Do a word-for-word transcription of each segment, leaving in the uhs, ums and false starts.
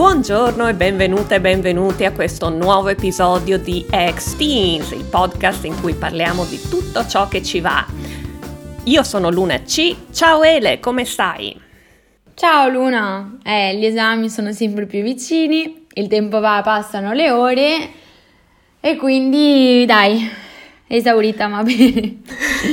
Buongiorno e benvenute e benvenuti a questo nuovo episodio di Ex-Teens, il podcast in cui parliamo di tutto ciò che ci va. Io sono Luna C. Ciao Ele, come stai? Ciao Luna, eh, gli esami sono sempre più vicini, il tempo va, passano le ore e quindi dai, esaurita ma bene.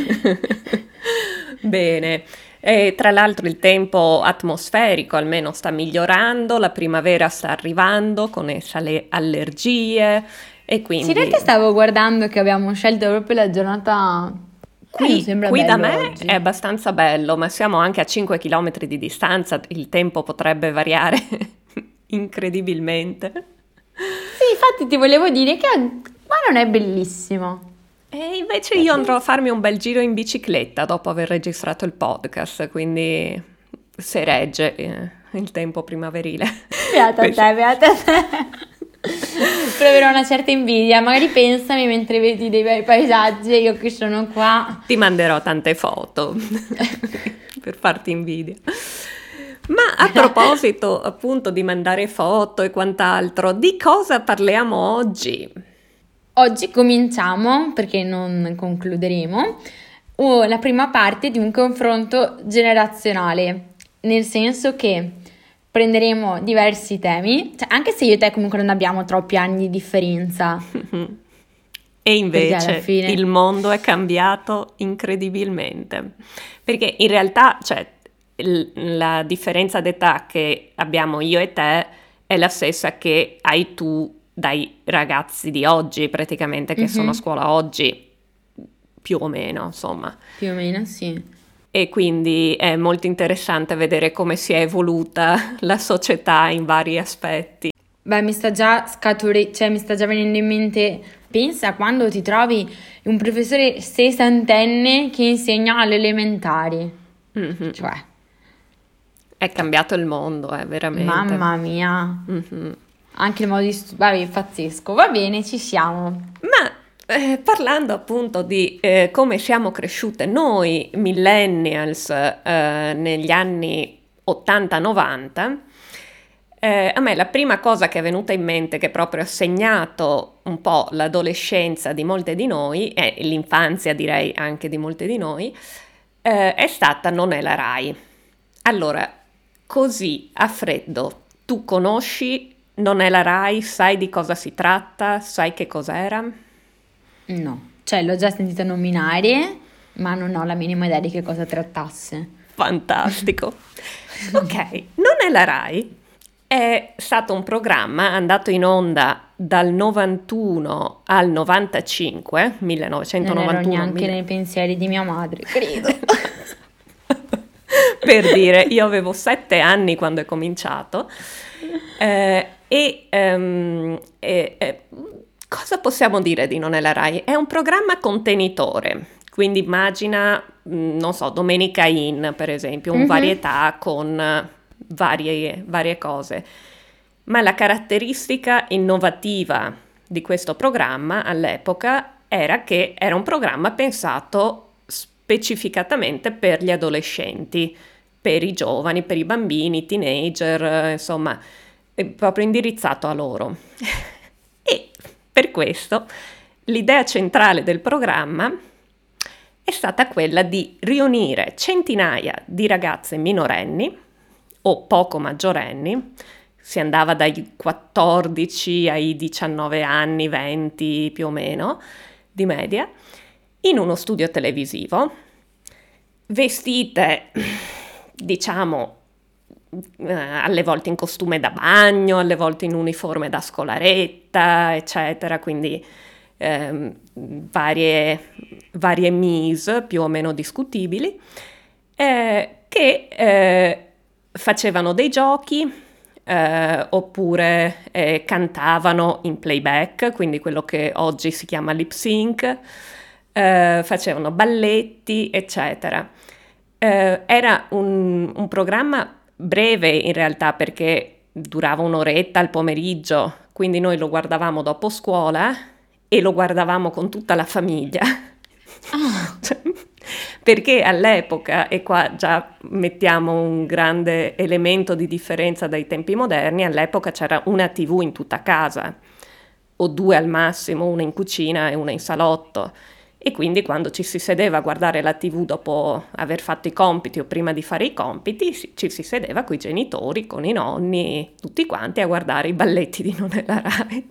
Bene. E tra l'altro il tempo atmosferico almeno sta migliorando, la primavera sta arrivando con essa le allergie e quindi... Sì, in realtà stavo guardando che abbiamo scelto proprio la giornata... Qui, eh, qui da me oggi. è abbastanza bello, ma siamo anche a cinque chilometri di distanza, il tempo potrebbe variare incredibilmente. Sì, infatti ti volevo dire che ma non è bellissimo. E invece io andrò a farmi un bel giro in bicicletta dopo aver registrato il podcast, quindi se regge eh, il tempo primaverile. Beata a te, beata a te. Proverò una certa invidia, magari pensami mentre vedi dei bei paesaggi e io che sono qua. Ti manderò tante foto per farti invidia. Ma a proposito appunto di mandare foto e quant'altro, di cosa parliamo oggi? Oggi cominciamo, perché non concluderemo, uh, la prima parte di un confronto generazionale, nel senso che prenderemo diversi temi, cioè, anche se io e te comunque non abbiamo troppi anni di differenza. E invece alla fine... il mondo è cambiato incredibilmente, perché in realtà cioè, l- la differenza d'età che abbiamo io e te è la stessa che hai tu dai ragazzi di oggi praticamente, che mm-hmm. sono a scuola oggi, più o meno, insomma. Più o meno, sì. E quindi è molto interessante vedere come si è evoluta la società in vari aspetti. Beh, mi sta già scaturi- cioè mi sta già venendo in mente, pensa quando ti trovi un professore sessantenne che insegna alle elementari. Mm-hmm. Cioè. È cambiato il mondo, eh, veramente. Mamma mia. Mm-hmm. Anche il modo di studiare è pazzesco. Va bene, ci siamo. Ma eh, parlando appunto di eh, come siamo cresciute noi millennials eh, negli anni ottanta novanta, eh, a me la prima cosa che è venuta in mente, che proprio ha segnato un po' l'adolescenza di molte di noi, e l'infanzia direi anche di molte di noi, eh, è stata Non è la Rai. Allora, così a freddo, tu conosci Non è la Rai? Sai di cosa si tratta? Sai che cos'era? No, cioè l'ho già sentita nominare, ma non ho la minima idea di che cosa trattasse. Fantastico. Ok, Non è la Rai è stato un programma andato in onda dal novantuno al novantacinque, millenovecentonovantuno. Non ero neanche mille... nei pensieri di mia madre, credo. Per dire, io avevo sette anni quando è cominciato. Eh, e, um, e, e cosa possiamo dire di Non è la Rai? È un programma contenitore, quindi immagina, non so, Domenica In, per esempio, un mm-hmm. varietà con varie, varie cose. Ma la caratteristica innovativa di questo programma all'epoca era che era un programma pensato specificatamente per gli adolescenti, per i giovani, per i bambini, teenager, insomma, proprio indirizzato a loro. E per questo l'idea centrale del programma è stata quella di riunire centinaia di ragazze minorenni o poco maggiorenni, si andava dai quattordici ai diciannove anni, venti più o meno, di media, in uno studio televisivo, vestite, diciamo, eh, alle volte in costume da bagno, alle volte in uniforme da scolaretta, eccetera, quindi ehm, varie, varie mise più o meno discutibili, eh, che eh, facevano dei giochi, eh, oppure eh, cantavano in playback, quindi quello che oggi si chiama lip sync, eh, facevano balletti, eccetera. Eh, era un, un programma breve in realtà, perché durava un'oretta al pomeriggio, quindi noi lo guardavamo dopo scuola e lo guardavamo con tutta la famiglia. Ah. Cioè, perché all'epoca, e qua già mettiamo un grande elemento di differenza dai tempi moderni, all'epoca c'era una tivù in tutta casa, o due al massimo, una in cucina e una in salotto. E quindi quando ci si sedeva a guardare la tivù dopo aver fatto i compiti o prima di fare i compiti, si- ci si sedeva coi genitori, con i nonni, tutti quanti a guardare i balletti di Nonella Rai.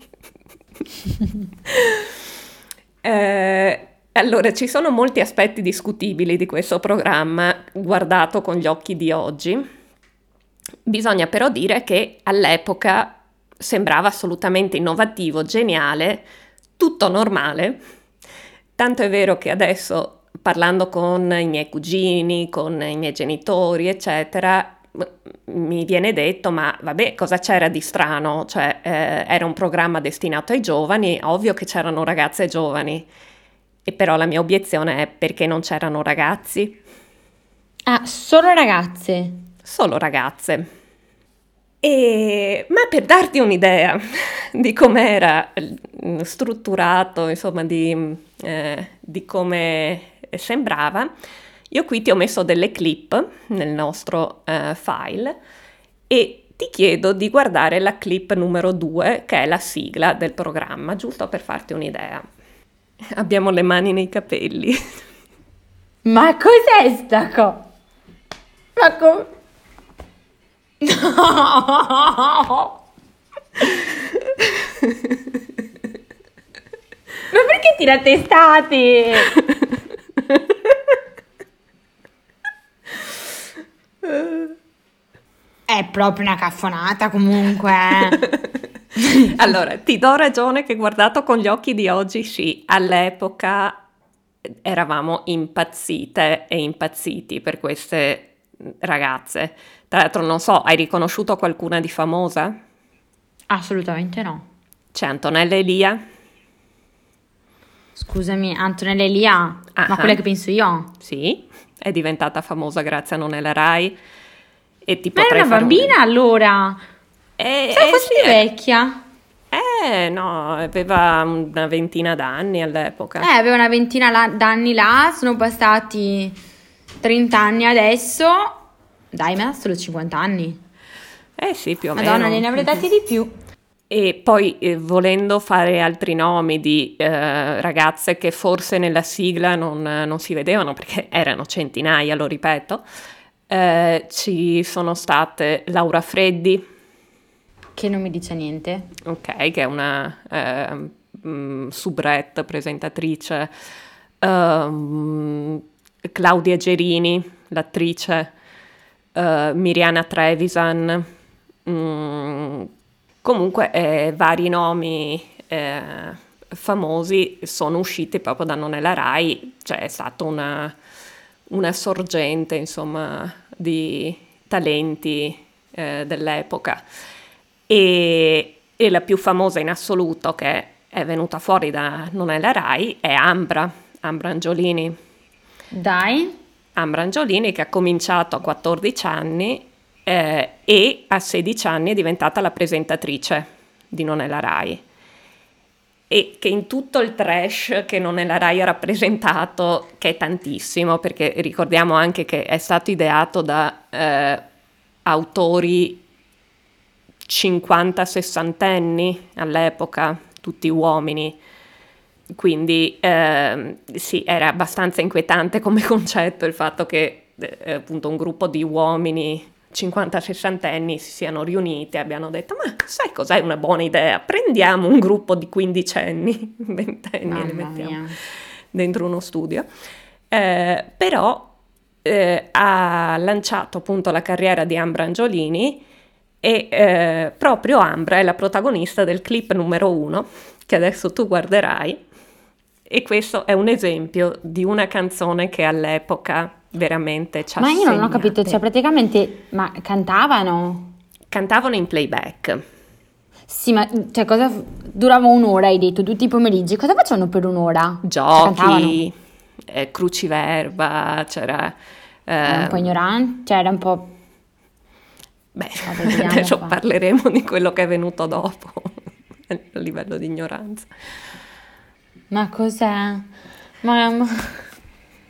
Eh, allora, ci sono molti aspetti discutibili di questo programma guardato con gli occhi di oggi. Bisogna però dire che all'epoca sembrava assolutamente innovativo, geniale, tutto normale. Tanto è vero che adesso, parlando con i miei cugini, con i miei genitori, eccetera, m- mi viene detto, ma vabbè, cosa c'era di strano? Cioè, eh, era un programma destinato ai giovani, ovvio che c'erano ragazze giovani. E però la mia obiezione è perché non c'erano ragazzi? Ah, solo ragazze. Solo ragazze. E, ma per darti un'idea di com'era eh, strutturato, insomma, di, eh, di come sembrava, io qui ti ho messo delle clip nel nostro eh, file e ti chiedo di guardare la clip numero due, che è la sigla del programma, giusto per farti un'idea. Abbiamo le mani nei capelli. Ma cos'è sta cosa? Ma come? No! Ma perché tira testate? È proprio una caffonata comunque. Allora, ti do ragione che guardato con gli occhi di oggi, sì, all'epoca eravamo impazzite e impazziti per queste ragazze. Tra l'altro, non so, hai riconosciuto qualcuna di famosa? Assolutamente no. C'è Antonella Elia? Scusami, Antonella Elia, Ah, ma quella che penso io. sì, è diventata famosa grazie a Nonella Rai e ti Ma era potrei una fare un- bambina allora. Eh, Sai, eh, fossi sì, eh. vecchia. Eh, no, aveva una ventina d'anni all'epoca. Eh, aveva una ventina la- d'anni là, sono passati trenta anni adesso. Dai, ma solo cinquanta anni. Eh sì, più o Madonna, meno. ne avrei dati di più. E poi eh, volendo fare altri nomi di eh, ragazze che forse nella sigla non, non si vedevano perché erano centinaia, lo ripeto, eh, ci sono state Laura Freddi, Che non mi dice niente. ok, che è una eh, mm, soubrette presentatrice, ehm, Claudia Gerini, l'attrice, eh, Miriana Trevisan, mm, comunque eh, vari nomi eh, famosi sono usciti proprio da Nonella Rai, cioè è stata una, una sorgente, insomma, di talenti eh, dell'epoca. E, e la più famosa in assoluto che è venuta fuori da Nonella Rai è Ambra, Ambra Angiolini. Dai. Ambra Angiolini che ha cominciato a quattordici anni eh, e a sedici anni è diventata la presentatrice di Nonella Rai. E che in tutto il trash che Nonella Rai ha rappresentato, che è tantissimo, perché ricordiamo anche che è stato ideato da eh, autori cinquanta sessantenni all'epoca, tutti uomini, quindi eh, sì, era abbastanza inquietante come concetto il fatto che eh, appunto un gruppo di uomini cinquanta sessantenni si siano riuniti e abbiano detto ma sai cos'è una buona idea? Prendiamo un gruppo di quindicenni, ventenni e li Mamma mettiamo mia. dentro uno studio. Eh, però eh, ha lanciato appunto la carriera di Ambra Angiolini e eh, proprio Ambra è la protagonista del clip numero uno che adesso tu guarderai e questo è un esempio di una canzone che all'epoca veramente ci ha Ma io non ho capito, segnate. cioè praticamente, ma cantavano? Cantavano in playback. Sì, ma cioè cosa durava un'ora, hai detto, tutti i pomeriggi. Cosa facevano per un'ora? Cantavano. Giochi, eh, cruciverba, c'era... Era un eh, po' ignorante, cioè era un po'... beh, Vabbè, vediamo adesso qua. parleremo di quello che è venuto dopo, a livello di ignoranza. Ma cos'è? Ma... ma- Ta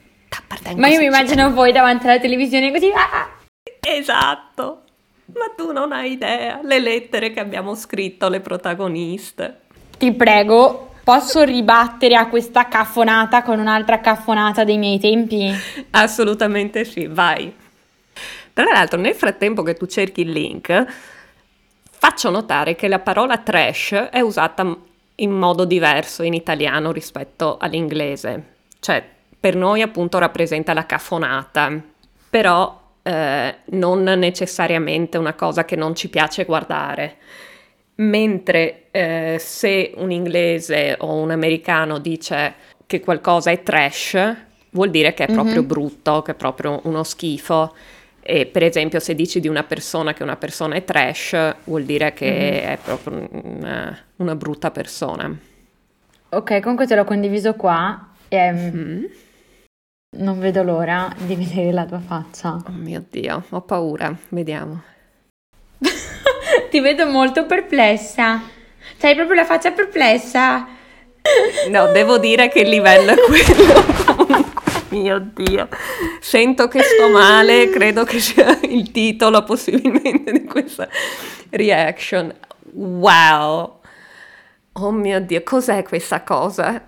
appartengo Ma io mi a immagino voi davanti alla televisione così. Ah! Esatto, ma tu non hai idea, le lettere che abbiamo scritto alle protagoniste. Ti prego, posso ribattere a questa caffonata con un'altra caffonata dei miei tempi? Assolutamente sì, vai. Tra l'altro, nel frattempo che tu cerchi il link, faccio notare che la parola trash è usata in modo diverso in italiano rispetto all'inglese. Cioè, per noi appunto rappresenta la caffonata, però eh, non necessariamente una cosa che non ci piace guardare. Mentre eh, se un inglese o un americano dice che qualcosa è trash, vuol dire che è proprio Mhm. brutto, che è proprio uno schifo. E per esempio se dici di una persona che una persona è trash, vuol dire che Mhm. è proprio una, una brutta persona. Ok, comunque te l'ho condiviso qua e mm, Mm. non vedo l'ora di vedere la tua faccia. Oh mio Dio, ho paura, vediamo. Ti vedo molto perplessa. C'hai proprio la faccia perplessa. No, devo dire che il livello è quello comunque. Mio Dio, sento che sto male, credo che sia il titolo possibilmente di questa reaction. Wow, oh mio Dio, cos'è questa cosa?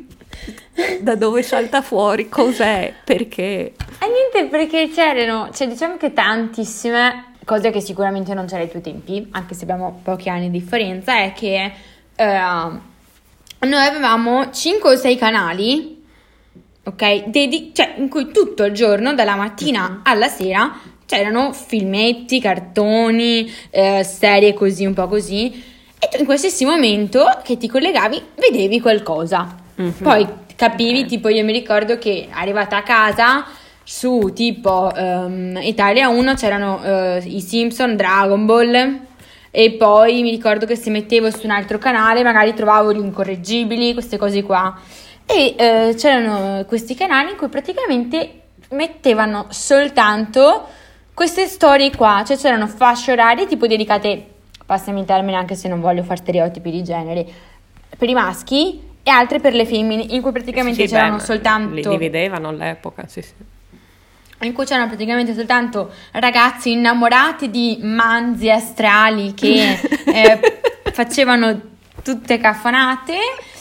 Da dove salta fuori? Cos'è? Perché? E niente, perché c'erano, cioè diciamo che tantissime cose che sicuramente non c'era ai tuoi tempi, anche se abbiamo pochi anni di differenza, è che eh, noi avevamo cinque o sei canali, ok? Dedi- cioè in cui tutto il giorno, dalla mattina alla sera, c'erano filmetti, cartoni, eh, serie così, un po' così, e tu in qualsiasi momento che ti collegavi vedevi qualcosa. Mhm. Poi capivi, Ok. tipo io mi ricordo che arrivata a casa su tipo ehm, Italia uno c'erano eh, i Simpson, Dragon Ball, e poi mi ricordo che se mettevo su un altro canale magari trovavo gli incorreggibili, queste cose qua. E eh, c'erano questi canali in cui praticamente mettevano soltanto queste storie qua, cioè c'erano fasce orarie tipo dedicate, passami il termine anche se non voglio fare stereotipi di genere, per i maschi e altre per le femmine, in cui praticamente Sì, sì, c'erano beh, ma li soltanto dividevano all'epoca, sì, sì. in cui c'erano praticamente soltanto ragazzi innamorati di manzi astrali che eh, facevano tutte caffonate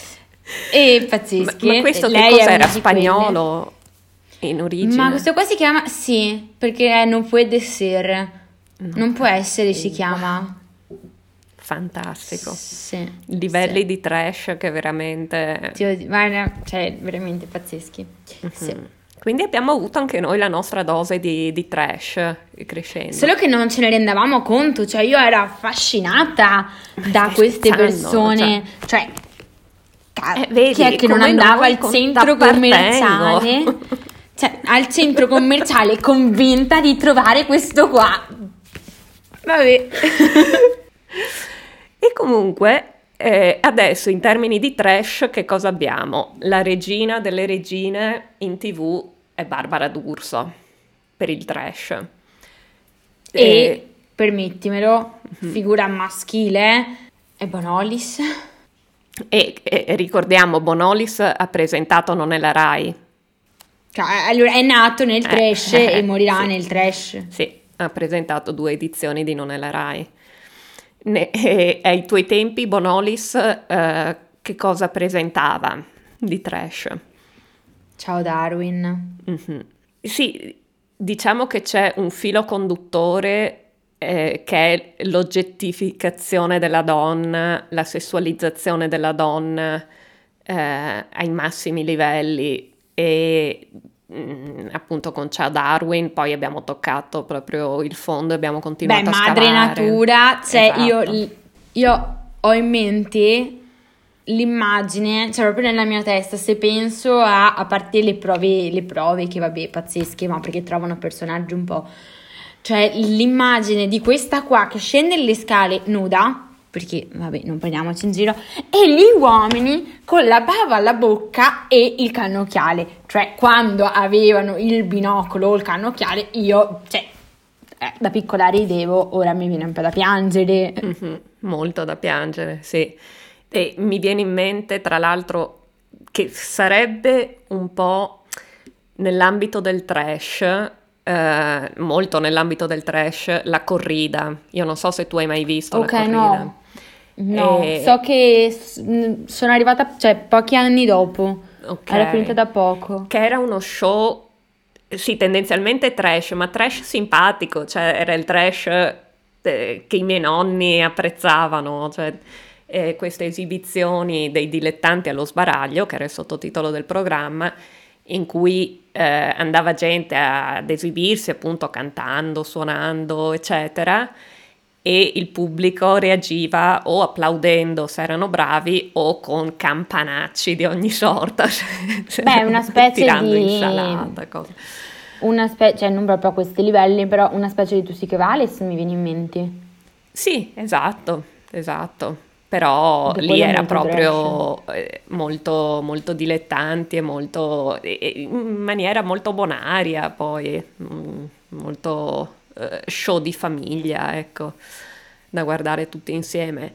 e Ma, pazzesche. ma questo che Lei è cos'era? una di quelle. Spagnolo in Ma origine? questo qua si chiama, sì, perché è non puede ser, non può Ok. essere si chiama. Fantastico. Sì, Livelli sì. di trash che veramente... Ti odio- guarda, cioè veramente pazzeschi. Sì. Mhm. Quindi abbiamo avuto anche noi la nostra dose di, di trash crescendo. Solo che non ce ne rendevamo conto, cioè io ero affascinata da stai queste scherzando? persone, cioè, ca- Eh, vedi, chi è che non come andava noi al con- centro t'appartengo. commerciale? Cioè, al centro commerciale convinta di trovare questo qua. Vabbè. E comunque, eh, adesso in termini di trash, che cosa abbiamo? La regina delle regine in tivù è Barbara D'Urso, per il trash. E, permettimelo, figura maschile, è Bonolis. E, e ricordiamo, Bonolis ha presentato Non è la Rai. Cioè, allora, è nato nel Eh, trash eh, e morirà sì. nel trash. Sì, ha presentato due edizioni di Non è la Rai. Ne- e ai tuoi tempi Bonolis eh, che cosa presentava di trash? Ciao Darwin. Mhm. Sì, diciamo che c'è un filo conduttore eh, che è l'oggettificazione della donna, la sessualizzazione della donna eh, ai massimi livelli e mm, appunto con Ciao Darwin poi abbiamo toccato proprio il fondo e abbiamo Beh, continuato a madre scavare. natura, cioè io, Esatto. io ho in mente l'immagine, cioè proprio nella mia testa, se penso a, a parte le prove, le prove che vabbè, pazzesche, ma perché trovano personaggi un po', cioè l'immagine di questa qua che scende le scale nuda, perché vabbè, non prendiamoci in giro, e gli uomini con la bava alla bocca e il cannocchiale, cioè quando avevano il binocolo o il cannocchiale, io, cioè, eh, da piccola ridevo, ora mi viene un po' da piangere. Mhm, molto da piangere, sì. E mi viene in mente, tra l'altro, che sarebbe un po', nell'ambito del trash, eh, molto nell'ambito del trash, la corrida. Io non so se tu hai mai visto Ok, la corrida. no. No, E- so che s- mh, sono arrivata, cioè, pochi anni dopo. Ok. Era finita da poco. Che era uno show, sì, tendenzialmente trash, ma trash simpatico, cioè era il trash eh, che i miei nonni apprezzavano, cioè eh, queste esibizioni dei dilettanti allo sbaraglio, che era il sottotitolo del programma, in cui eh, andava gente a- ad esibirsi appunto cantando, suonando, eccetera, e il pubblico reagiva o applaudendo se erano bravi o con campanacci di ogni sorta, cioè, Beh, è una specie tirando di... insalata, cose. Una specie, cioè non proprio a questi livelli, però una specie di Tu sì che vale, se mi viene in mente. Sì, esatto, esatto. Però Anche lì quello è era molto trash. proprio eh, molto, molto dilettanti e molto, e- e in maniera molto bonaria, poi mm, molto eh, show di famiglia, ecco, da guardare tutti insieme.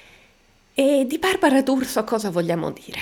E di Barbara D'Urso cosa vogliamo dire?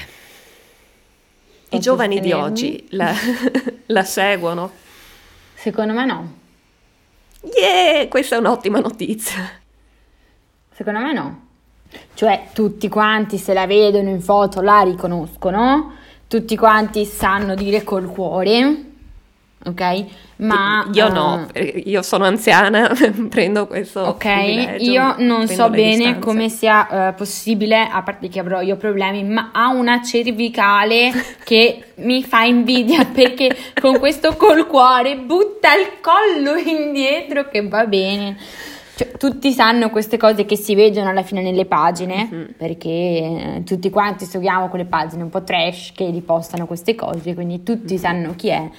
I Posso giovani di sostenermi? oggi la, la seguono? Secondo me no. Yeah, questa è un'ottima notizia. Secondo me no. Cioè, tutti quanti se la vedono in foto la riconoscono, tutti quanti sanno dire col cuore, ok? Ma Io eh, no, perché io sono anziana, prendo questo ok, privilegio, io non prendo so le bene distanze. come sia eh, possibile, a parte che avrò io problemi, ma ha una cervicale che mi fa invidia perché con questo col cuore butta il collo indietro che va bene. Cioè, tutti sanno queste cose che si vedono alla fine nelle pagine, Mhm. perché eh, tutti quanti seguiamo quelle pagine un po' trash che ripostano queste cose, quindi tutti sanno chi è.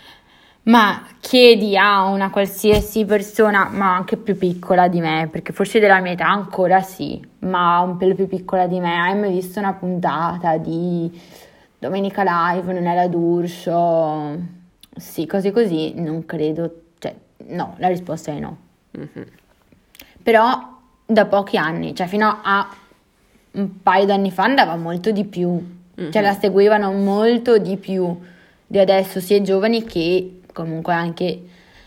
Ma chiedi a una qualsiasi persona, ma anche più piccola di me, perché forse della mia età ancora sì, ma un pelo più piccola di me, hai mai visto una puntata di Domenica Live, Nonella D'Urso? Sì, cose così, non credo, cioè no, la risposta è no. Mhm. Però da pochi anni, cioè fino a un paio d'anni fa andava molto di più, cioè la Mhm. seguivano molto di più di adesso, sia i giovani che comunque anche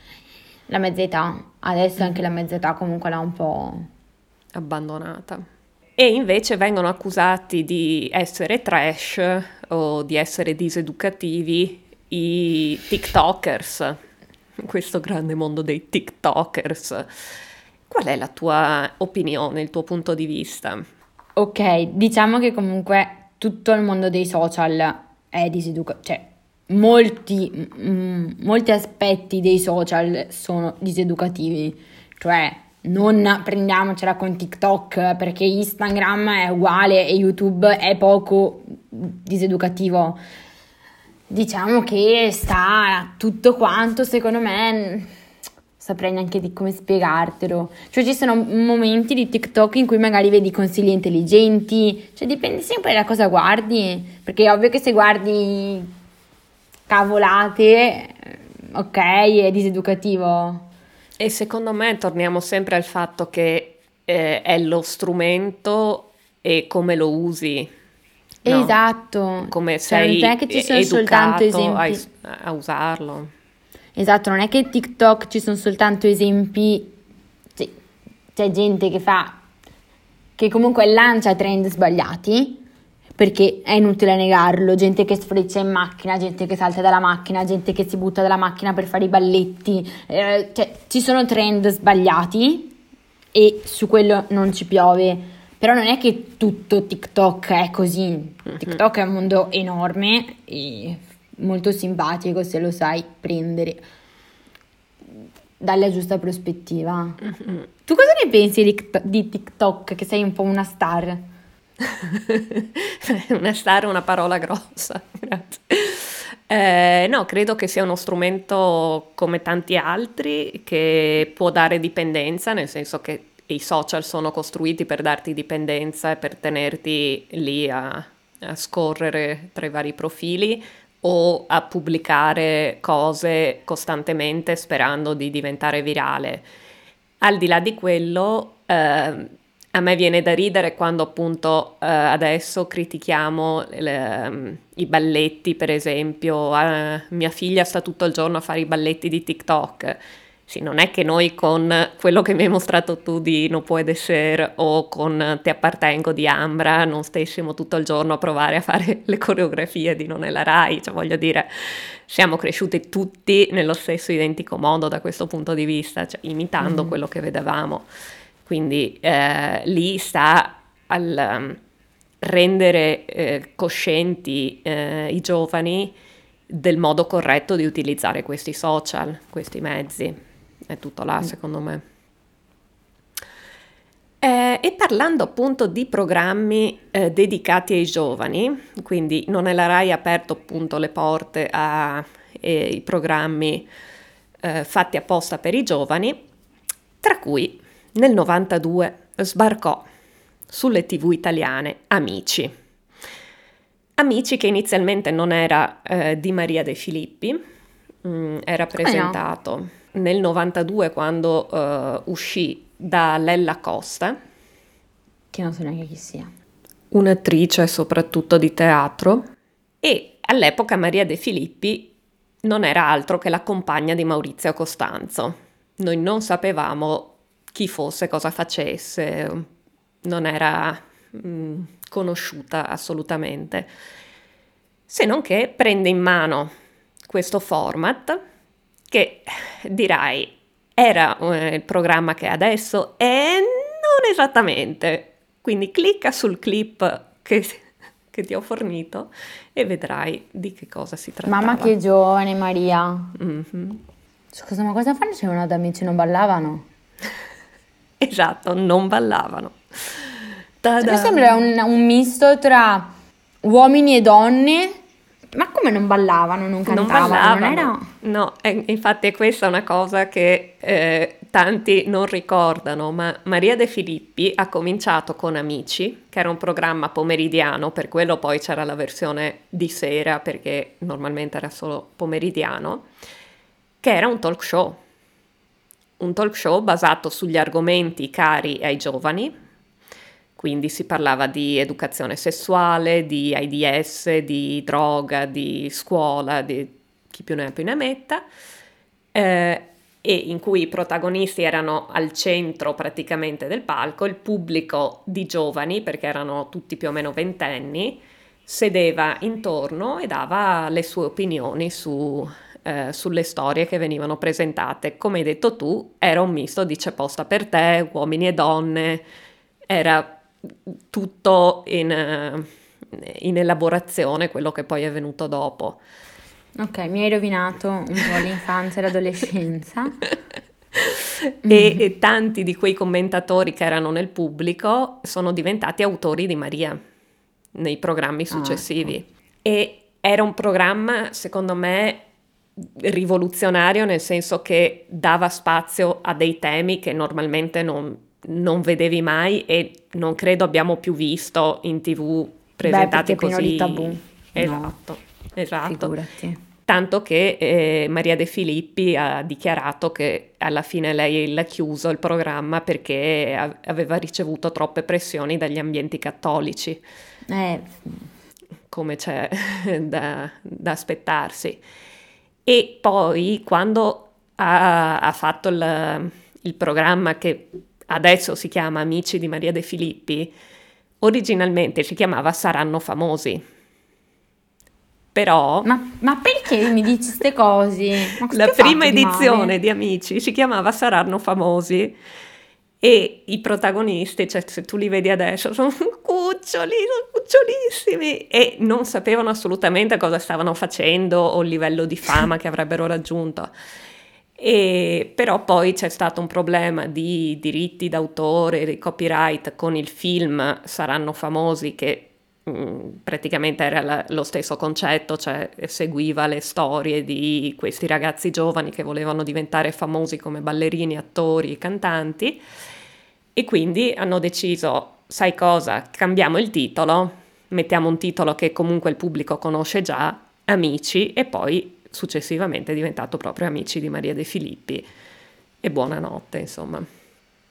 la mezza età. Adesso anche la mezza età comunque l'ha un po'... Abbandonata. E invece vengono accusati di essere trash o di essere diseducativi i TikTokers, questo grande mondo dei TikTokers. Qual è la tua opinione, il tuo punto di vista? Ok, diciamo che comunque tutto il mondo dei social è diseducativo, cioè molti, mm, molti aspetti dei social sono diseducativi, cioè non prendiamocela con TikTok perché Instagram è uguale e YouTube è poco diseducativo. Diciamo che sta tutto quanto, secondo me, saprei neanche di come spiegartelo. Cioè ci sono momenti di TikTok in cui magari vedi consigli intelligenti, cioè dipende sempre da cosa guardi, perché è ovvio che se guardi cavolate, eh, ok, è diseducativo. E secondo me torniamo sempre al fatto che eh, è lo strumento e come lo usi, no? Esatto, Come cioè non sei è che ci e- sono soltanto educato a, esempi. a usarlo. Esatto, non è che TikTok ci sono soltanto esempi, sì, c'è gente che fa, che comunque lancia trend sbagliati, perché è inutile negarlo, gente che sfreccia in macchina, gente che salta dalla macchina, gente che si butta dalla macchina per fare i balletti, eh, cioè ci sono trend sbagliati e su quello non ci piove, però non è che tutto TikTok è così, TikTok è un mondo enorme e molto simpatico se lo sai prendere dalla giusta prospettiva. Tu cosa ne pensi di di TikTok, che sei un po' una star? Una star è una parola grossa, grazie. Eh, no, credo che sia uno strumento come tanti altri che può dare dipendenza, nel senso che i social sono costruiti per darti dipendenza e per tenerti lì a, a scorrere tra i vari profili o a pubblicare cose costantemente sperando di diventare virale. Al di là di quello, eh, A me viene da ridere quando appunto eh, adesso critichiamo le- mm, i balletti, per esempio. Eh, mia figlia sta tutto il giorno a fare i balletti di TikTok. Sì, non è che noi con quello che mi hai mostrato tu di No Puede Ser o con Te appartengo di Ambra non stessimo tutto il giorno a provare a fare le coreografie di Non è la Rai, cioè voglio dire, siamo cresciuti tutti nello stesso identico modo da questo punto di vista, cioè imitando Mhm. quello che vedevamo. Quindi eh, lì sta al um, rendere eh, coscienti eh, i giovani del modo corretto di utilizzare questi social, questi mezzi. È tutto là, Mm. secondo me. Eh, e parlando appunto di programmi eh, dedicati ai giovani, quindi Non è la Rai ha aperto appunto le porte ai programmi eh, fatti apposta per i giovani, tra cui nel novantadue sbarcò sulle tivù italiane Amici. Amici che inizialmente non era eh, di Maria De Filippi, mm, era Come no? presentato nel novantadue quando eh, uscì da Lella Costa, Che non so neanche chi sia. un'attrice soprattutto di teatro, e all'epoca Maria De Filippi non era altro che la compagna di Maurizio Costanzo. Noi non sapevamo chi fosse, cosa facesse, non era mm, conosciuta assolutamente, se non che prende in mano questo format che dirai era eh, il programma che è adesso e non esattamente. Quindi clicca sul clip che, che ti ho fornito e vedrai di che cosa si Mamma trattava. che giovane Maria. Mhm. Scusa, ma cosa fanno se ad amici non ballavano? Esatto, non ballavano. A me Ta-da! sembra un, un misto tra uomini e donne. Ma come non ballavano, non Non cantavano? Non ballavano, era... no, e infatti è questa una cosa che eh, tanti non ricordano, ma Maria De Filippi ha cominciato con Amici, che era un programma pomeridiano, per quello poi c'era la versione di sera, perché normalmente era solo pomeridiano, che era un talk show, un talk show basato sugli argomenti cari ai giovani. Quindi si parlava di educazione sessuale, di AIDS, di droga, di scuola, di chi più ne ha più ne metta, eh, e in cui i protagonisti erano al centro praticamente del palco, il pubblico di giovani, perché erano tutti più o meno ventenni, sedeva intorno e dava le sue opinioni su, eh, sulle storie che venivano presentate. Come hai detto tu, era un misto di C'è posta per te, uomini e donne, era tutto in, eh, in elaborazione, quello che poi è venuto dopo. Ok, mi hai rovinato un po' l'infanzia e l'adolescenza. E, e tanti di quei commentatori che erano nel pubblico sono diventati autori di Maria nei programmi Ah, ecco. successivi. E era un programma, secondo me, rivoluzionario, nel senso che dava spazio a dei temi che normalmente non, non vedevi mai e non credo abbiamo più visto in tivù Beh, perché presentati è pieno di così. tabù. No, Esatto, esatto. figurati. Tanto che eh, Maria De Filippi ha dichiarato che alla fine lei l'ha chiuso il programma perché a- aveva ricevuto troppe pressioni dagli ambienti cattolici, Eh, come c'è da, da aspettarsi. E poi quando ha, ha fatto il, il programma che adesso si chiama Amici di Maria De Filippi, originalmente si chiamava Saranno famosi. Però ma, ma perché mi dici queste cose? Ma cosa la ti ho fatto prima di edizione male? di Amici si chiamava Saranno famosi e i protagonisti, cioè se tu li vedi adesso, sono cuccioli, sono cucciolissimi e non sapevano assolutamente cosa stavano facendo o il livello di fama che avrebbero raggiunto. E però poi c'è stato un problema di diritti d'autore, di copyright con il film Saranno famosi che mh, praticamente era la- lo stesso concetto, cioè seguiva le storie di questi ragazzi giovani che volevano diventare famosi come ballerini, attori, cantanti e quindi hanno deciso, sai cosa, cambiamo il titolo, mettiamo un titolo che comunque il pubblico conosce già, Amici, e poi successivamente è diventato proprio Amici di Maria De Filippi e buonanotte, insomma.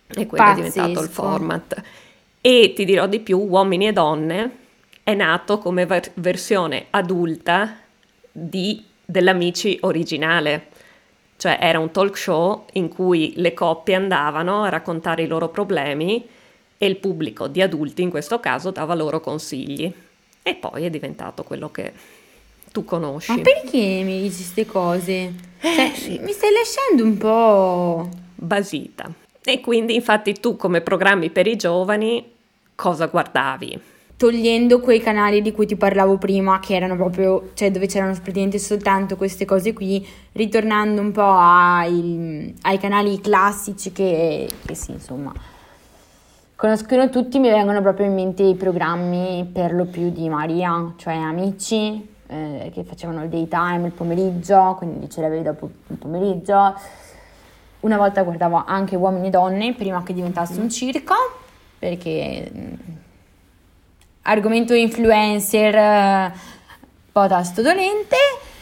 e quello è diventato il Pazzesco. format. E ti dirò di più, Uomini e Donne è nato come ver- versione adulta di dell'Amici originale. Cioè era un talk show in cui le coppie andavano a raccontare i loro problemi e il pubblico di adulti in questo caso dava loro consigli. E poi è diventato quello che tu Ma conosci. perché mi dici queste cose? Cioè, Eh sì, mi stai lasciando un po'... basita. E quindi infatti tu come programmi per i giovani cosa guardavi? Togliendo quei canali di cui ti parlavo prima, che erano proprio, cioè dove c'erano praticamente soltanto queste cose qui, ritornando un po' ai, ai canali classici che, che sì, insomma, conoscono tutti, mi vengono proprio in mente i programmi per lo più di Maria, cioè Amici, eh, che facevano il daytime il pomeriggio, quindi ce l'avevi dopo il pomeriggio. Una volta guardavo anche Uomini e Donne, prima che diventasse un circo, perché... argomento influencer, eh, un po' tasto dolente.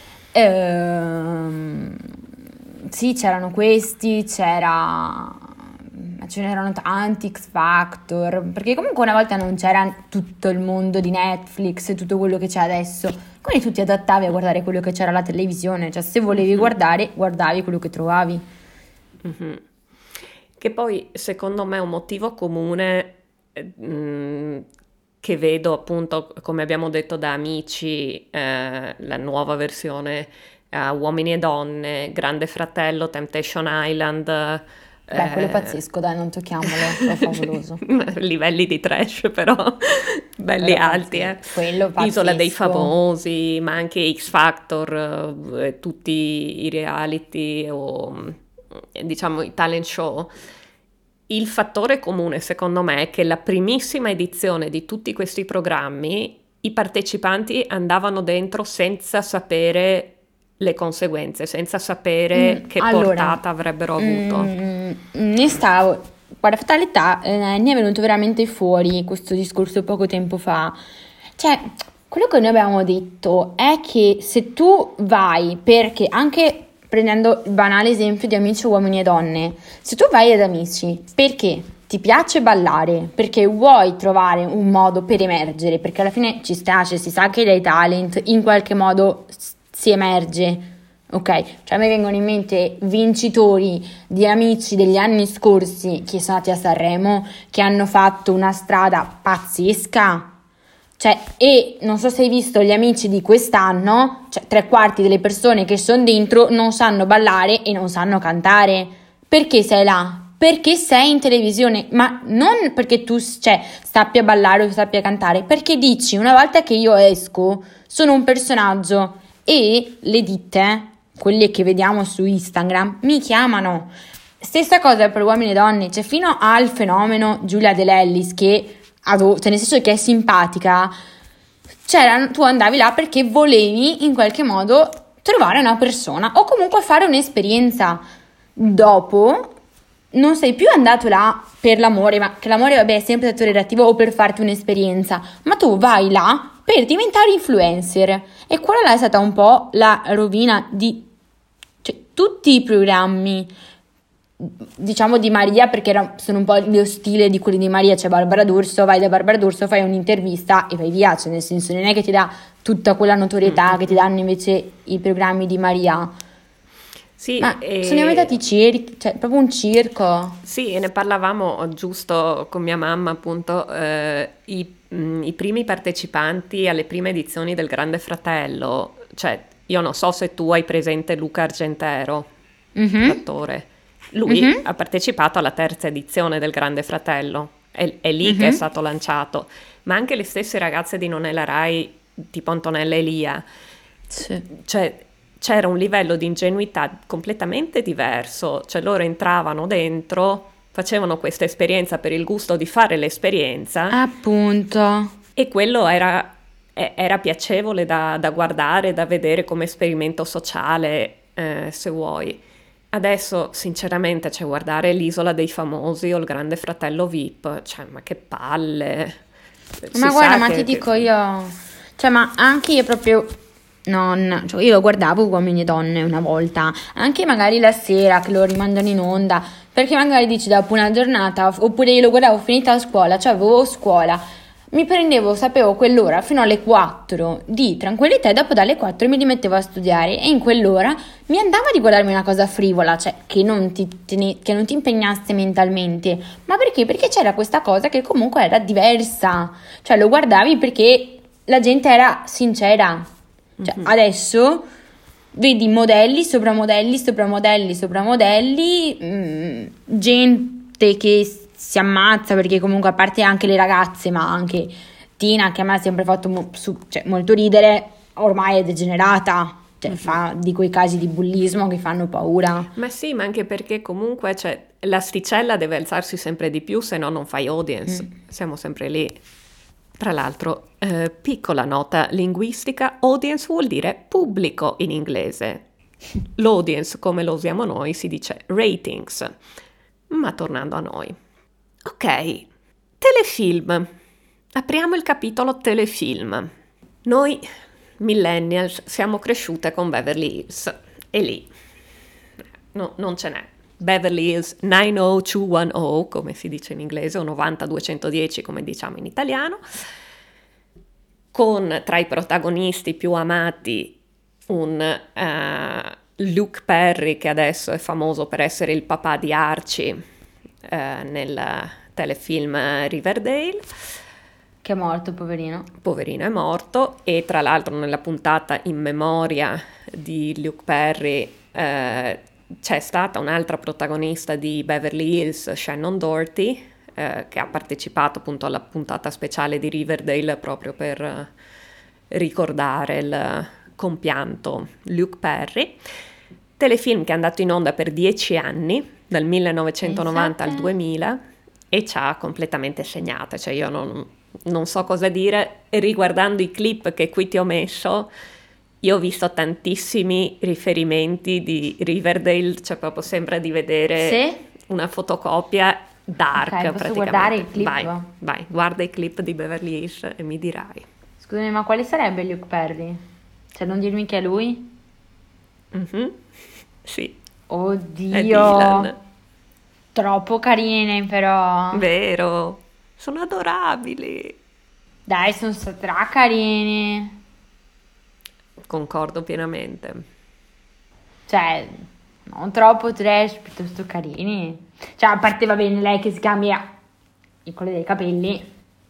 Ehm, sì, c'erano questi, c'era, ma ce n'erano tanti, X Factor, perché comunque una volta non c'era tutto il mondo di Netflix e tutto quello che c'è adesso, quindi tu ti adattavi a guardare quello che c'era alla televisione, cioè se volevi guardare, guardavi quello che trovavi. Mhm. Che poi secondo me un motivo comune eh, mh, che vedo appunto, come abbiamo detto da Amici, eh, la nuova versione eh, Uomini e Donne, Grande Fratello, Temptation Island, Beh, quello è eh, pazzesco, dai, non tocchiamolo, è favoloso. livelli di trash però belli Quello alti, eh. pazzesco, quello Isola dei pazzesco. Famosi, ma anche X Factor, eh, tutti i reality o eh, diciamo i talent show. Il fattore comune, secondo me, è che la primissima edizione di tutti questi programmi, i partecipanti andavano dentro senza sapere le conseguenze, senza Mm, sapere che allora, portata avrebbero avuto. mm, ne stavo, guarda, fatalità, eh, ne è venuto veramente fuori questo discorso poco tempo fa. Cioè, quello che noi abbiamo detto è che se tu vai, perché anche prendendo il banale esempio di Amici Uomini e Donne, se tu vai ad Amici perché ti piace ballare, perché vuoi trovare un modo per emergere, perché alla fine ci sta, cioè si sa che dai talent in qualche modo s- si emerge, ok? Cioè a me vengono in mente vincitori di Amici degli anni scorsi che sono andati a Sanremo, che hanno fatto una strada pazzesca. Cioè, e non so se hai visto gli Amici di quest'anno, cioè tre quarti delle persone che sono dentro non sanno ballare e non sanno cantare. Perché sei là? Perché sei in televisione, ma non perché tu, cioè, sappia ballare o sappia cantare, perché dici, una volta che io esco, sono un personaggio e le ditte, quelle che vediamo su Instagram, mi chiamano. Stessa cosa per uomini e donne, cioè fino al fenomeno Giulia De Lellis che ado- cioè nel senso che è simpatica, c'era, tu andavi là perché volevi in qualche modo trovare una persona o comunque fare un'esperienza. Dopo non sei più andato là per l'amore, ma che l'amore vabbè è sempre stato relativo o per farti un'esperienza, ma tu vai là per diventare influencer e quella là è stata un po' la rovina di cioè, tutti i programmi diciamo di Maria, perché era- sono un po' lo stile di quelli di Maria, c'è Barbara D'Urso, vai da Barbara D'Urso, fai un'intervista e vai via, cioè nel senso non è che ti dà tutta quella notorietà che ti danno invece i programmi di Maria, Sì, ma sono e diventati circhi, cioè proprio un circo. sì, e ne parlavamo giusto con mia mamma, appunto, eh, i, mh, i primi partecipanti alle prime edizioni del Grande Fratello, cioè io non so se tu hai presente Luca Argentero, Mhm, l'attore, lui mhm, ha partecipato alla terza edizione del Grande Fratello, è, è lì che è mhm. stato lanciato, ma anche le stesse ragazze di Nonella Rai, tipo Antonella Elia, Sì. cioè c'era un livello di ingenuità completamente diverso, cioè loro entravano dentro, facevano questa esperienza per il gusto di fare l'esperienza Appunto. e quello era, e- era piacevole da, da guardare, da vedere come esperimento sociale, eh, se vuoi. Adesso, sinceramente, cioè, guardare l'Isola dei Famosi o il Grande Fratello V I P, cioè, ma che palle! Si Ma guarda, sa ma ti che... che- dico io, cioè, ma anche io proprio non, cioè io lo guardavo Uomini e Donne una volta, anche magari la sera che lo rimandano in onda, perché magari dici dopo una giornata, oppure io lo guardavo finita a scuola, cioè avevo scuola, mi prendevo, sapevo quell'ora fino alle quattro di tranquillità e dopo dalle quattro mi rimettevo a studiare e in quell'ora mi andava di guardarmi una cosa frivola, cioè che non ti, tene- che non ti impegnasse mentalmente, ma perché? Perché c'era questa cosa che comunque era diversa, cioè lo guardavi perché la gente era sincera. Cioè, Mhm. adesso vedi modelli sopra modelli sopra modelli sopra modelli, mm, gente che si ammazza perché comunque a parte anche le ragazze, ma anche Tina che a me ha sempre fatto mo- su- cioè, molto ridere, ormai è degenerata, cioè Mhm. fa di quei casi di bullismo che fanno paura. Ma sì, ma anche perché comunque cioè, l'asticella deve alzarsi sempre di più, se no non fai audience. Mm. Siamo sempre lì. Tra l'altro, eh, piccola nota linguistica, audience vuol dire pubblico in inglese. L'audience, come lo usiamo noi, si dice ratings. Ma tornando a noi. Ok, telefilm. Apriamo il capitolo telefilm. Noi, millennials, siamo cresciute con Beverly Hills. E lì no, non ce n'è. Beverly Hills nove zero due uno zero, come si dice in inglese, o novanta duecentodieci come diciamo in italiano, con tra i protagonisti più amati un eh, Luke Perry, che adesso è famoso per essere il papà di Archie eh, nel telefilm Riverdale. Che è morto, poverino. Poverino è morto, e tra l'altro nella puntata in memoria di Luke Perry eh, c'è stata un'altra protagonista di Beverly Hills, Shannon Doherty, eh, che ha partecipato appunto alla puntata speciale di Riverdale proprio per eh, ricordare il compianto Luke Perry. Telefilm che è andato in onda per dieci anni, dal millenovecentonovanta al Pensate. duemila, e ci ha completamente segnate, cioè io non, non so cosa dire, e riguardando i clip che qui ti ho messo, io ho visto tantissimi riferimenti di Riverdale, cioè proprio sembra di vedere Sì? una fotocopia dark Ok, posso praticamente. guardare il clip? Vai, vai, guarda i clip di Beverly Hills e mi dirai. Scusami, ma quale sarebbe Luke Perry? Cioè, non dirmi che è lui? Mhm. Sì, è Oddio, Dylan. troppo carine però. Vero, sono adorabili. Dai, sono stra carini. Concordo pienamente. Cioè, non troppo trash, piuttosto carini. Cioè, a parte va bene lei che si cambia il colore dei capelli.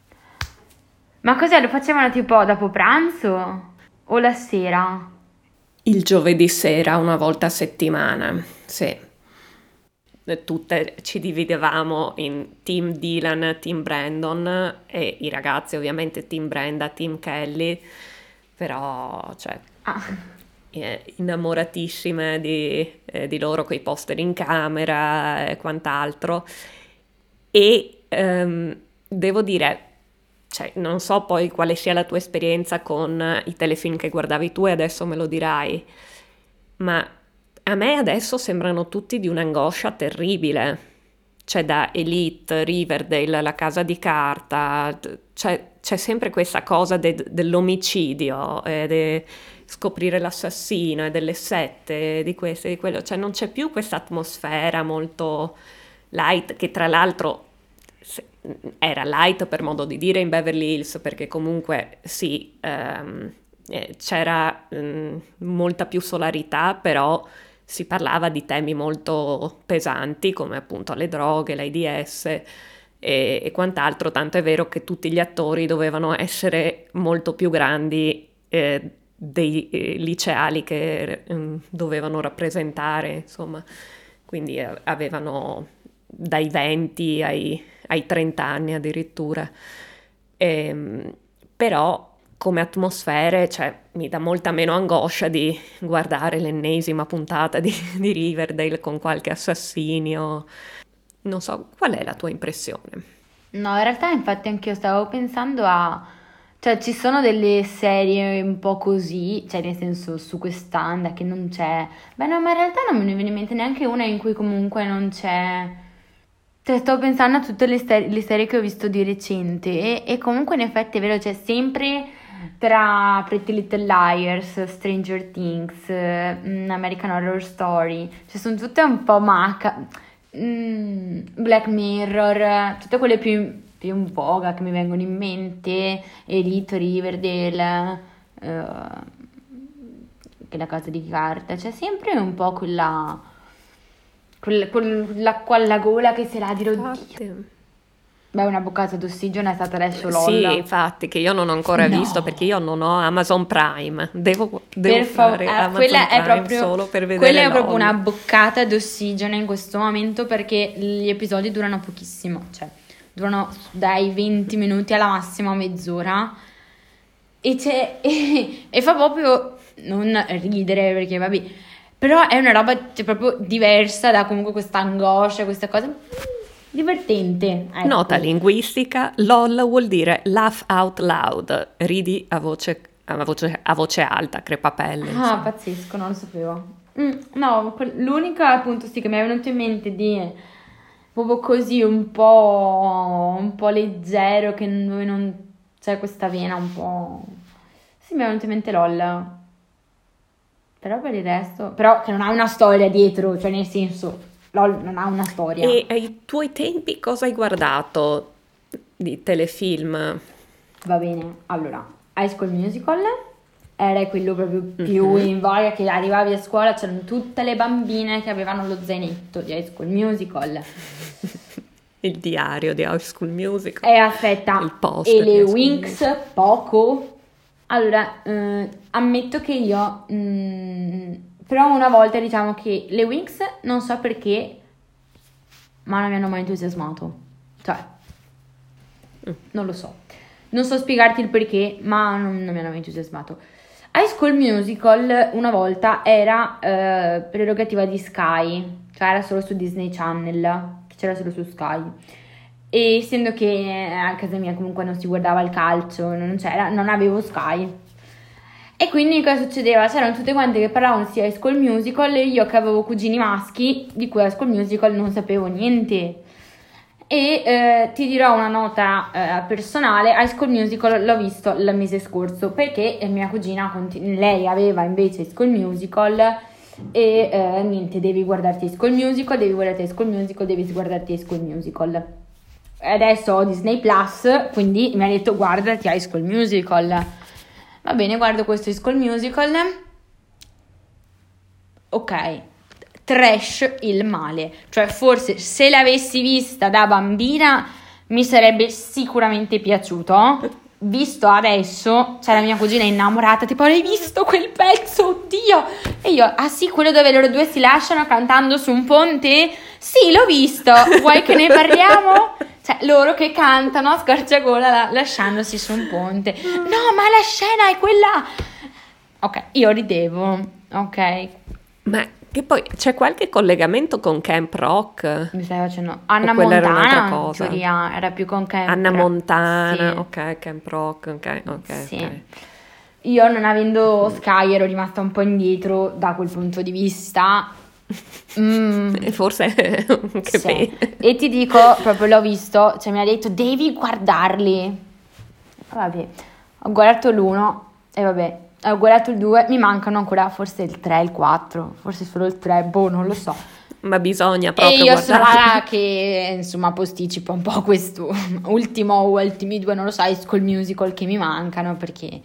Ma cos'è? Lo facevano tipo dopo pranzo? O la sera? Il giovedì sera, una volta a settimana, sì. Tutte ci dividevamo in team Dylan, team Brandon, e i ragazzi ovviamente team Brenda, team Kelly, però cioè Ah, eh, innamoratissime di, eh, di loro, coi poster in camera e quant'altro. E ehm, devo dire, cioè, non so poi quale sia la tua esperienza con i telefilm che guardavi tu e adesso me lo dirai, ma a me adesso sembrano tutti di un'angoscia terribile. C'è da Elite, Riverdale, La Casa di Carta, t- c'è, c'è sempre questa cosa de- dell'omicidio, e de- scoprire l'assassino e delle sette, di questo e di quello. Cioè non c'è più questa atmosfera molto light, che tra l'altro se- era light per modo di dire in Beverly Hills, perché comunque sì, ehm, eh, c'era mm, molta più solarità, però si parlava di temi molto pesanti come appunto le droghe, l'AIDS e, e quant'altro, tanto è vero che tutti gli attori dovevano essere molto più grandi eh, dei eh, liceali che eh, dovevano rappresentare, insomma, quindi eh, avevano dai venti ai, ai trenta anni addirittura. Ehm, però come atmosfere, cioè, mi dà molta meno angoscia di guardare l'ennesima puntata di, di Riverdale con qualche assassinio. Non so, qual è la tua impressione? no, in realtà infatti anch'io stavo pensando a... Cioè, ci sono delle serie un po' così, cioè nel senso su quest'anda che non c'è... Beh no, ma in realtà non me ne viene in mente neanche una in cui comunque non c'è... Cioè, sto pensando a tutte le, ste- le serie che ho visto di recente e, e comunque in effetti è vero, c'è sempre tra Pretty Little Liars, Stranger Things, mm, American Horror Story, cioè sono tutte un po' maca, mm, Black Mirror, tutte quelle più, più in voga che mi vengono in mente, Elite, Riverdale, eh, che La Casa di Carta, c'è sempre un po' quella, quella, quell'acqua alla gola che se la dirò Dio. Infatti. Beh, una boccata d'ossigeno è stata adesso Sì, LOL. infatti, che io non ho ancora No. visto perché io non ho Amazon Prime. Devo, devo Per fa- fare eh, Amazon quella è Prime proprio, solo per vedere quella è proprio LOL. una boccata d'ossigeno in questo momento perché gli episodi durano pochissimo, cioè durano dai venti minuti alla massima mezz'ora e, c'è, e, e fa proprio non ridere perché vabbè, però è una roba cioè, proprio diversa da comunque questa angoscia, questa cosa divertente. Ecco. Nota linguistica, LOL vuol dire laugh out loud, ridi a voce, a voce, a voce alta, crepapelle. Ah, insomma. pazzesco, non lo sapevo. Mm, no, que- l'unica appunto sì che mi è venuto in mente di proprio così un po', un po' leggero, che dove non c'è questa vena un po'... Sì, mi è venuto in mente LOL. Però per il resto... Però che non ha una storia dietro, cioè nel senso... LOL non ha una storia. E ai tuoi tempi cosa hai guardato di telefilm? Va bene, allora, High School Musical era quello proprio più Mhm. in voga, che arrivavi a scuola, c'erano tutte le bambine che avevano lo zainetto di High School Musical. Il diario di High School Musical. E aspetta, Il poster e di le High School Winx poco. Allora, eh, ammetto che io, mm, però una volta diciamo che le Winx non so perché, ma non mi hanno mai entusiasmato. Cioè, non lo so. Non so spiegarti il perché, ma non, non mi hanno mai entusiasmato. High School Musical una volta era eh, prerogativa di Sky, cioè era solo su Disney Channel, che c'era solo su Sky. E essendo che a casa mia comunque non si guardava il calcio, non c'era, non avevo Sky. E quindi cosa succedeva? C'erano tutte quante che parlavano di High School Musical e io che avevo cugini maschi di cui High School Musical non sapevo niente. E eh, ti dirò una nota eh, personale, High School Musical l'ho visto il mese scorso perché mia cugina, continu- lei aveva invece High School Musical e eh, niente, devi guardarti High School Musical, devi guardarti High School Musical, devi guardarti High School Musical. Adesso ho Disney Plus, quindi mi ha detto guardati High School Musical. Va bene, guardo questo High School Musical. Ok, trash il male. Cioè forse se l'avessi vista da bambina mi sarebbe sicuramente piaciuto. Visto adesso, c'è la mia cugina innamorata, tipo hai visto quel pezzo, oddio! E io, ah sì, quello dove loro due si lasciano cantando su un ponte? Sì, l'ho visto, vuoi che ne parliamo? Cioè, loro che cantano a squarciagola la- lasciandosi su un ponte. No, ma la scena è quella... Ok, io ridevo, ok. Ma che poi c'è qualche collegamento con Camp Rock? Mi stai facendo... Anna quella era un'altra Montana, in cosa? teoria, era più con Camp Anna Rock. Montana, Sì. ok, Camp Rock, ok, ok, Sì. ok. Io non avendo Sky ero rimasta un po' indietro da quel punto di vista. Mm, E forse che sì. bene. E ti dico, proprio l'ho visto, cioè mi ha detto devi guardarli. Vabbè, ho guardato l'uno e vabbè, ho guardato il due, mi mancano ancora forse il tre, il quattro, forse solo il tre, boh, non lo so. Ma bisogna E proprio io sono guardare. là che insomma posticipo un po' questo ultimo o ultimi due, non lo so, High School Musical che mi mancano perché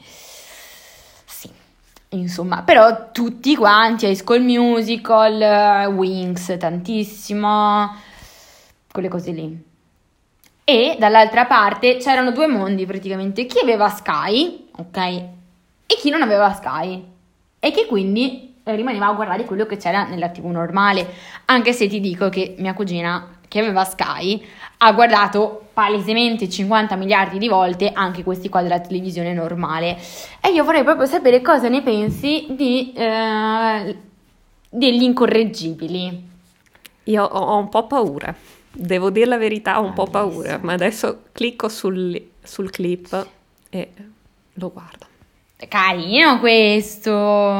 sì, insomma, però tutti quanti High School Musical, eh, Winx tantissimo, quelle cose lì. E dall'altra parte c'erano due mondi praticamente, chi aveva Sky, ok, e chi non aveva Sky e che quindi eh, rimaneva a guardare quello che c'era nella tivù normale, anche se ti dico che mia cugina che aveva Sky ha guardato palesemente cinquanta miliardi di volte anche questi qua della televisione normale e io vorrei proprio sapere cosa ne pensi di eh, degli incorreggibili. Io ho, ho un po' paura, devo dire la verità, ho un po' paura, Bellissimo. ma adesso clicco sul, sul clip e lo guardo. Carino questo.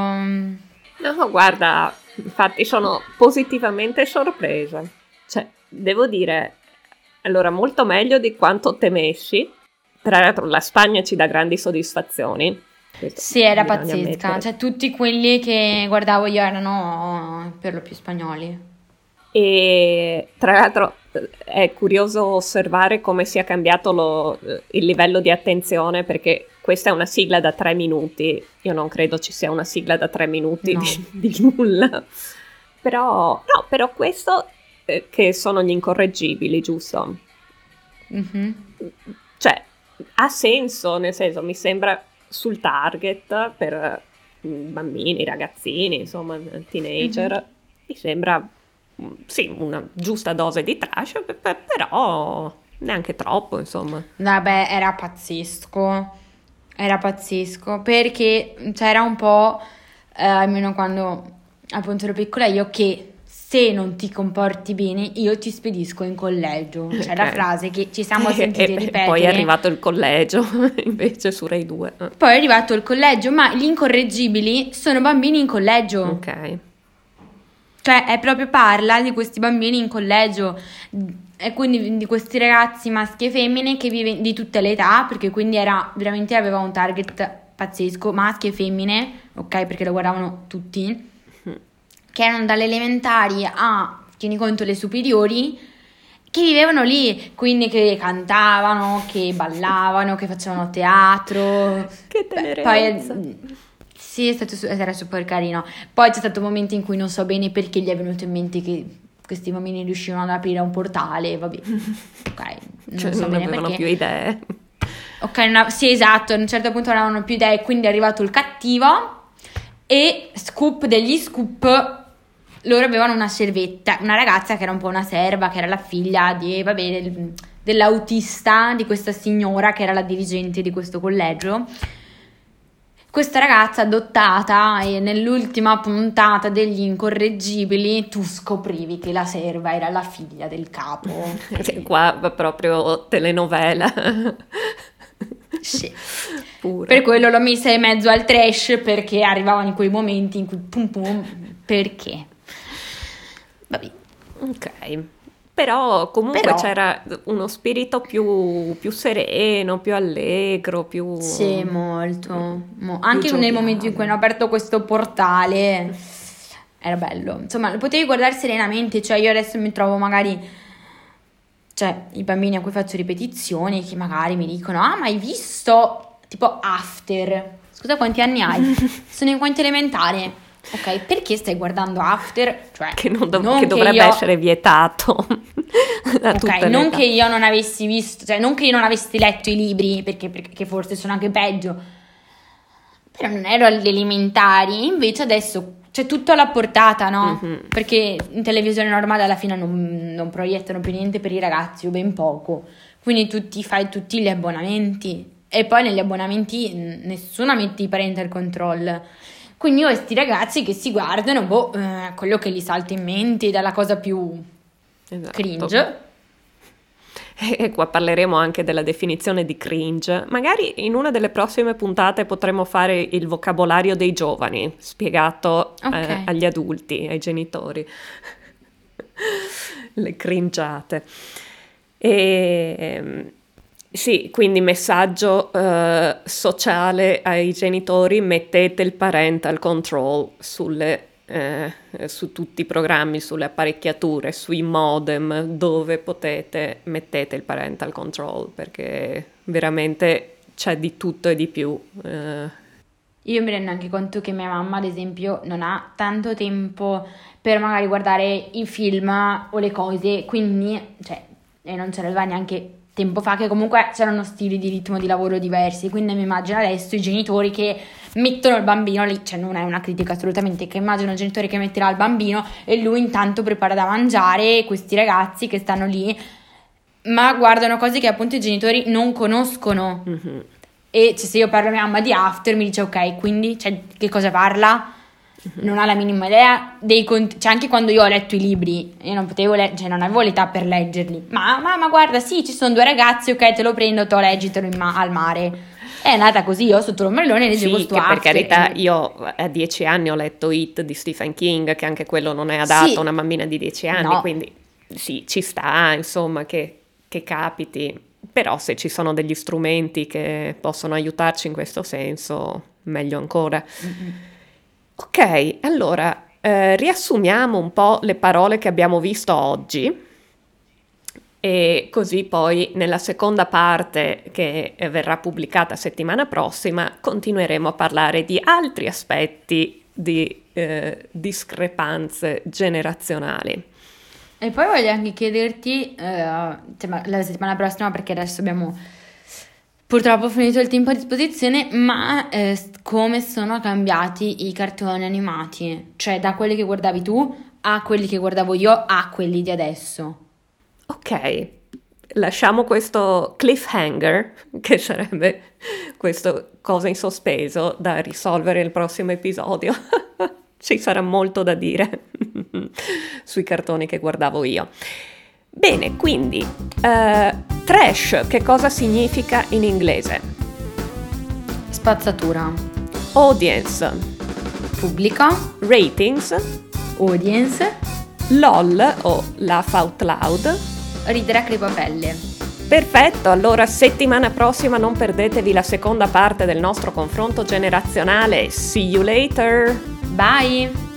No, guarda, infatti sono positivamente sorpresa. Cioè, devo dire, allora, molto meglio di quanto temessi, Tra l'altro la Spagna ci dà grandi soddisfazioni. Questo Sì, era bisogna pazzesca, ammettere. cioè tutti quelli che guardavo io erano per lo più spagnoli. E tra l'altro eh, è curioso osservare come sia cambiato lo- il livello di attenzione, perché questa è una sigla da tre minuti. Io non credo ci sia una sigla da tre minuti No. di, di nulla. Però, no, però questo eh, che sono gli incorreggibili, giusto? Mhm. Cioè, ha senso, nel senso, mi sembra sul target per mm, bambini, ragazzini, insomma, teenager. Mhm. Mi sembra, mm, sì, una giusta dose di trash, pe- pe- però neanche troppo, insomma. Vabbè, era pazzesco, era pazzesco, perché c'era un po', eh, almeno quando appunto ero piccola io, che se non ti comporti bene io ti spedisco in collegio. C'è la Ok. frase che ci siamo E, sentiti e- e ripetere. poi è arrivato il collegio, invece su Rai due. Eh, Poi è arrivato il collegio, ma gli incorreggibili sono bambini in collegio. Ok. Cioè, è proprio parla di questi bambini in collegio e quindi di questi ragazzi maschi e femmine che vive di tutte le età, perché quindi era veramente aveva un target pazzesco, maschi e femmine, ok, perché lo guardavano tutti, che erano dalle elementari a, tieni conto, le superiori, che vivevano lì, quindi che cantavano, che ballavano, che facevano teatro. Che Beh, poi tenerezza. sì, è stato su- era super carino. Poi c'è stato un momento in cui non so bene perché gli è venuto in mente che questi bambini riuscivano ad aprire un portale, vabbè. Ok, non Cioè, so non bene avevano perché. più idee. Ok, non av- sì, esatto, a un certo punto non avevano più idee, quindi è arrivato il cattivo e scoop degli scoop, loro avevano una servetta, una ragazza che era un po' una serva, che era la figlia di, vabbè, del- dell'autista di questa signora che era la dirigente di questo collegio. Questa ragazza adottata e nell'ultima puntata degli incorreggibili tu scoprivi che la serva era la figlia del capo. Sì, qua va proprio telenovela. Sì. Pure. Per quello l'ho messa in mezzo al trash, perché arrivavano in quei momenti in cui pum pum, perché? Vabbè. Ok, però comunque Però c'era uno spirito più, più sereno, più allegro, più... sì, molto. mo- più Anche nel momento in cui hanno gioviale. aperto questo portale era bello. Insomma, lo potevi guardare serenamente, cioè io adesso mi trovo magari, cioè i bambini a cui faccio ripetizioni che magari mi dicono: "Ah, ma hai visto tipo After?" Scusa, quanti anni hai? Sono in quinta elementare. Ok, perché stai guardando After? Cioè, Che, non dov- non che che dovrebbe io- essere vietato a Ok, tutte le non età. che io non avessi visto, cioè non che io non avessi letto i libri, perché, perché forse sono anche peggio, però non ero alle elementari, invece adesso c'è tutto alla portata, no? Mhm. Perché in televisione normale alla fine non, non proiettano più niente per i ragazzi o ben poco, quindi tu ti fai tutti gli abbonamenti e poi negli abbonamenti mh, nessuno mette i parental control. Quindi ho questi ragazzi che si guardano, boh, eh, quello che gli salta in mente dalla cosa più Esatto. cringe. E qua parleremo anche della definizione di cringe. Magari in una delle prossime puntate potremo fare il vocabolario dei giovani, spiegato eh, Ok. agli adulti, ai genitori. Le cringiate. E, ehm, sì, quindi messaggio eh, sociale ai genitori: mettete il parental control sulle, eh, su tutti i programmi, sulle apparecchiature, sui modem, dove potete, mettete il parental control, perché veramente c'è di tutto e di più. eh. Io mi rendo anche conto che mia mamma, ad esempio, non ha tanto tempo per magari guardare i film o le cose, quindi, cioè, e non ce l'aveva neanche tempo fa, che comunque c'erano stili di ritmo di lavoro diversi, quindi mi immagino adesso i genitori che mettono il bambino lì, cioè non è una critica assolutamente, che immagino il genitore che metterà il bambino e lui intanto prepara da mangiare, questi ragazzi che stanno lì, ma guardano cose che appunto i genitori non conoscono. Mhm. E cioè, se io parlo a mia mamma di After mi dice ok, quindi cioè, che cosa parla? Non ha la minima idea dei cont- cioè anche quando io ho letto i libri io non potevo le- cioè non avevo l'età per leggerli, ma mamma guarda sì ci sono due ragazzi, ok te lo prendo, te lo leggitelo in ma- al mare, è nata così, io sotto l'ombrellone leggevo Sì, sto che per After carità, e- io a dieci anni ho letto It di Stephen King, che anche quello non è adatto Sì. a una bambina di dieci anni, No. quindi sì, ci sta, insomma, che, che capiti. però se ci sono degli strumenti che possono aiutarci in questo senso, meglio ancora. Mm-hmm. Ok, allora eh, riassumiamo un po' le parole che abbiamo visto oggi. E così poi nella seconda parte, che verrà pubblicata settimana prossima, continueremo a parlare di altri aspetti di eh, discrepanze generazionali. E poi voglio anche chiederti, eh, cioè, la settimana prossima, perché adesso abbiamo purtroppo finito il tempo a disposizione, ma eh, come sono cambiati i cartoni animati? Cioè da quelli che guardavi tu a quelli che guardavo io a quelli di adesso. Ok, lasciamo questo cliffhanger, che sarebbe questa cosa in sospeso da risolvere il prossimo episodio. Ci sarà molto da dire sui cartoni che guardavo io. Bene, quindi, uh, trash, che cosa significa in inglese? Spazzatura. Audience. Pubblico. Ratings. Audience. LOL o laugh out loud. Ridere a crepapelle. Perfetto, allora settimana prossima non perdetevi la seconda parte del nostro confronto generazionale. See you later! Bye!